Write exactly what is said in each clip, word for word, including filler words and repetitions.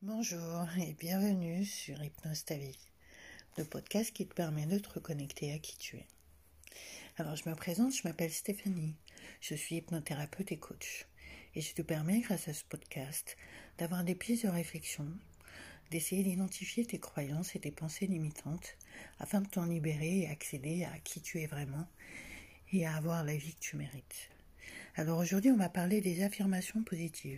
Bonjour et bienvenue sur Hypnose ta vie, le podcast qui te permet de te reconnecter à qui tu es. Alors je me présente, je m'appelle Stéphanie, je suis hypnothérapeute et coach et je te permets grâce à ce podcast d'avoir des pistes de réflexion, d'essayer d'identifier tes croyances et tes pensées limitantes afin de t'en libérer et accéder à qui tu es vraiment et à avoir la vie que tu mérites. Alors aujourd'hui on va parler des affirmations positives.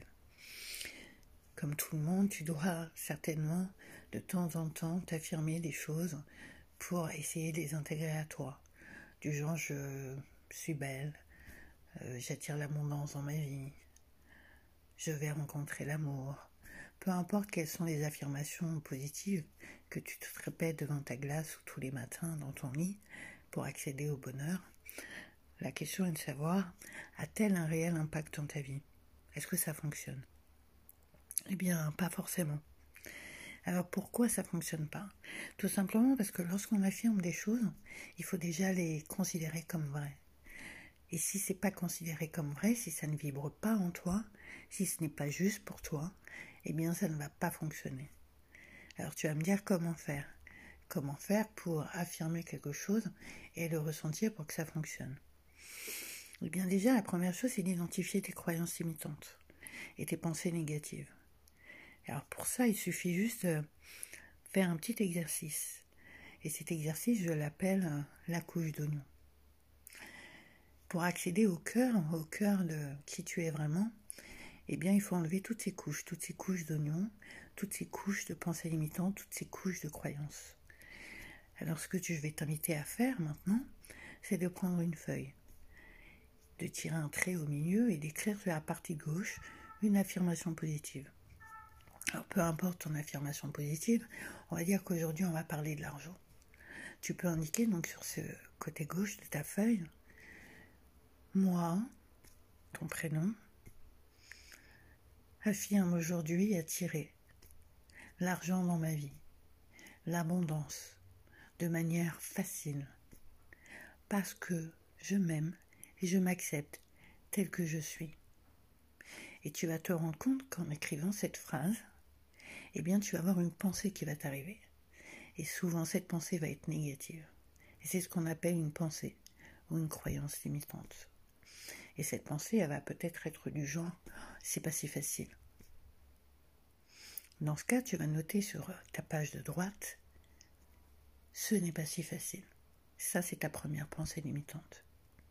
Comme tout le monde, tu dois certainement de temps en temps t'affirmer des choses pour essayer de les intégrer à toi. Du genre, je suis belle, euh, j'attire l'abondance dans ma vie, je vais rencontrer l'amour. Peu importe quelles sont les affirmations positives que tu te répètes devant ta glace ou tous les matins dans ton lit pour accéder au bonheur, la question est de savoir, a-t-elle un réel impact dans ta vie ? Est-ce que ça fonctionne ? Eh bien, pas forcément. Alors pourquoi ça ne fonctionne pas ? Tout simplement parce que lorsqu'on affirme des choses, il faut déjà les considérer comme vraies. Et si ce n'est pas considéré comme vrai, si ça ne vibre pas en toi, si ce n'est pas juste pour toi, eh bien ça ne va pas fonctionner. Alors tu vas me dire comment faire. Comment faire pour affirmer quelque chose et le ressentir pour que ça fonctionne ? Eh bien déjà, la première chose, c'est d'identifier tes croyances limitantes et tes pensées négatives. Alors pour ça, il suffit juste de faire un petit exercice. Et cet exercice, je l'appelle la couche d'oignon. Pour accéder au cœur, au cœur de qui tu es vraiment, eh bien il faut enlever toutes ces couches, toutes ces couches d'oignons, toutes ces couches de pensées limitantes, toutes ces couches de croyances. Alors ce que je vais t'inviter à faire maintenant, c'est de prendre une feuille, de tirer un trait au milieu et d'écrire sur la partie gauche une affirmation positive. Alors, peu importe ton affirmation positive, on va dire qu'aujourd'hui, on va parler de l'argent. Tu peux indiquer donc sur ce côté gauche de ta feuille, moi, ton prénom, affirme aujourd'hui attirer l'argent dans ma vie, l'abondance, de manière facile, parce que je m'aime et je m'accepte tel que je suis. Et tu vas te rendre compte qu'en écrivant cette phrase, eh bien tu vas avoir une pensée qui va t'arriver. Et souvent cette pensée va être négative. Et c'est ce qu'on appelle une pensée ou une croyance limitante. Et cette pensée, elle va peut-être être du genre « c'est pas si facile ». Dans ce cas, tu vas noter sur ta page de droite « ce n'est pas si facile ». Ça, c'est ta première pensée limitante.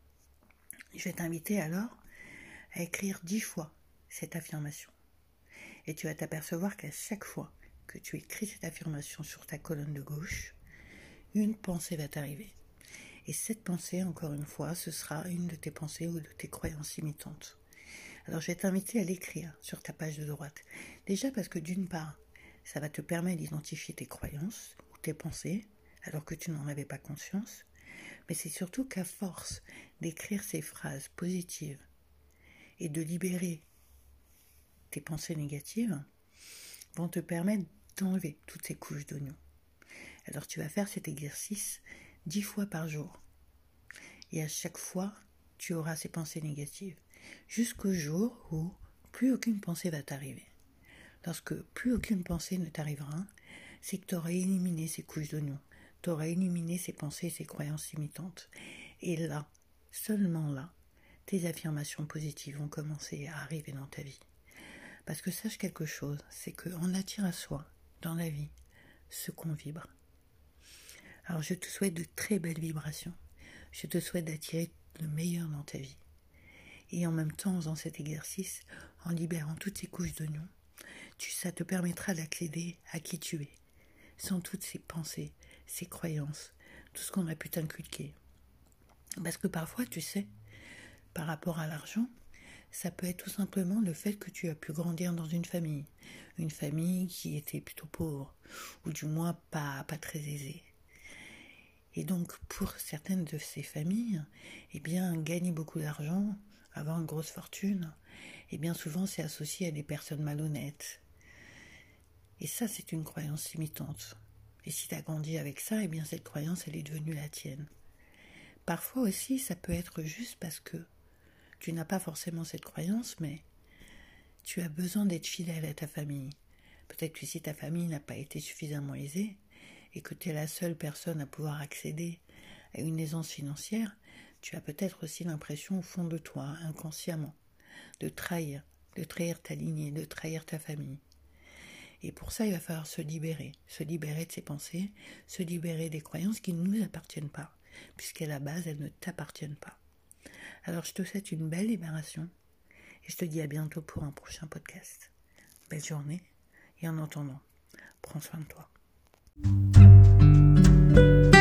Je vais t'inviter alors à écrire dix fois cette affirmation. Et tu vas t'apercevoir qu'à chaque fois que tu écris cette affirmation sur ta colonne de gauche, une pensée va t'arriver. Et cette pensée, encore une fois, ce sera une de tes pensées ou de tes croyances limitantes. Alors je vais t'inviter à l'écrire sur ta page de droite. Déjà parce que d'une part, ça va te permettre d'identifier tes croyances ou tes pensées, alors que tu n'en avais pas conscience. Mais c'est surtout qu'à force d'écrire ces phrases positives et de libérer tes pensées négatives, vont te permettre d'enlever toutes ces couches d'oignons. Alors tu vas faire cet exercice dix fois par jour. Et à chaque fois, tu auras ces pensées négatives. Jusqu'au jour où plus aucune pensée va t'arriver. Lorsque plus aucune pensée ne t'arrivera, c'est que tu auras éliminé ces couches d'oignons. Tu auras éliminé ces pensées, ces croyances limitantes. Et là, seulement là, tes affirmations positives vont commencer à arriver dans ta vie. Parce que sache quelque chose, c'est qu'on attire à soi, dans la vie, ce qu'on vibre. Alors je te souhaite de très belles vibrations. Je te souhaite d'attirer le meilleur dans ta vie. Et en même temps, en faisant cet exercice, en libérant toutes ces couches d'oignons, tu, ça te permettra d'accéder à qui tu es, sans toutes ces pensées, ces croyances, tout ce qu'on a pu t'inculquer. Parce que parfois, tu sais, par rapport à l'argent, ça peut être tout simplement le fait que tu as pu grandir dans une famille, une famille qui était plutôt pauvre, ou du moins pas, pas très aisée. Et donc, pour certaines de ces familles, eh bien, gagner beaucoup d'argent, avoir une grosse fortune, eh bien, souvent, c'est associé à des personnes malhonnêtes. Et ça, c'est une croyance limitante. Et si tu as grandi avec ça, eh bien, cette croyance, elle est devenue la tienne. Parfois aussi, ça peut être juste parce que tu n'as pas forcément cette croyance, mais tu as besoin d'être fidèle à ta famille. Peut-être que si ta famille n'a pas été suffisamment aisée et que tu es la seule personne à pouvoir accéder à une aisance financière, tu as peut-être aussi l'impression au fond de toi, inconsciemment, de trahir, de trahir ta lignée, de trahir ta famille. Et pour ça, il va falloir se libérer, se libérer de ses pensées, se libérer des croyances qui ne nous appartiennent pas, puisqu'à la base, elles ne t'appartiennent pas. Alors, je te souhaite une belle libération et je te dis à bientôt pour un prochain podcast. Belle journée et en attendant, prends soin de toi.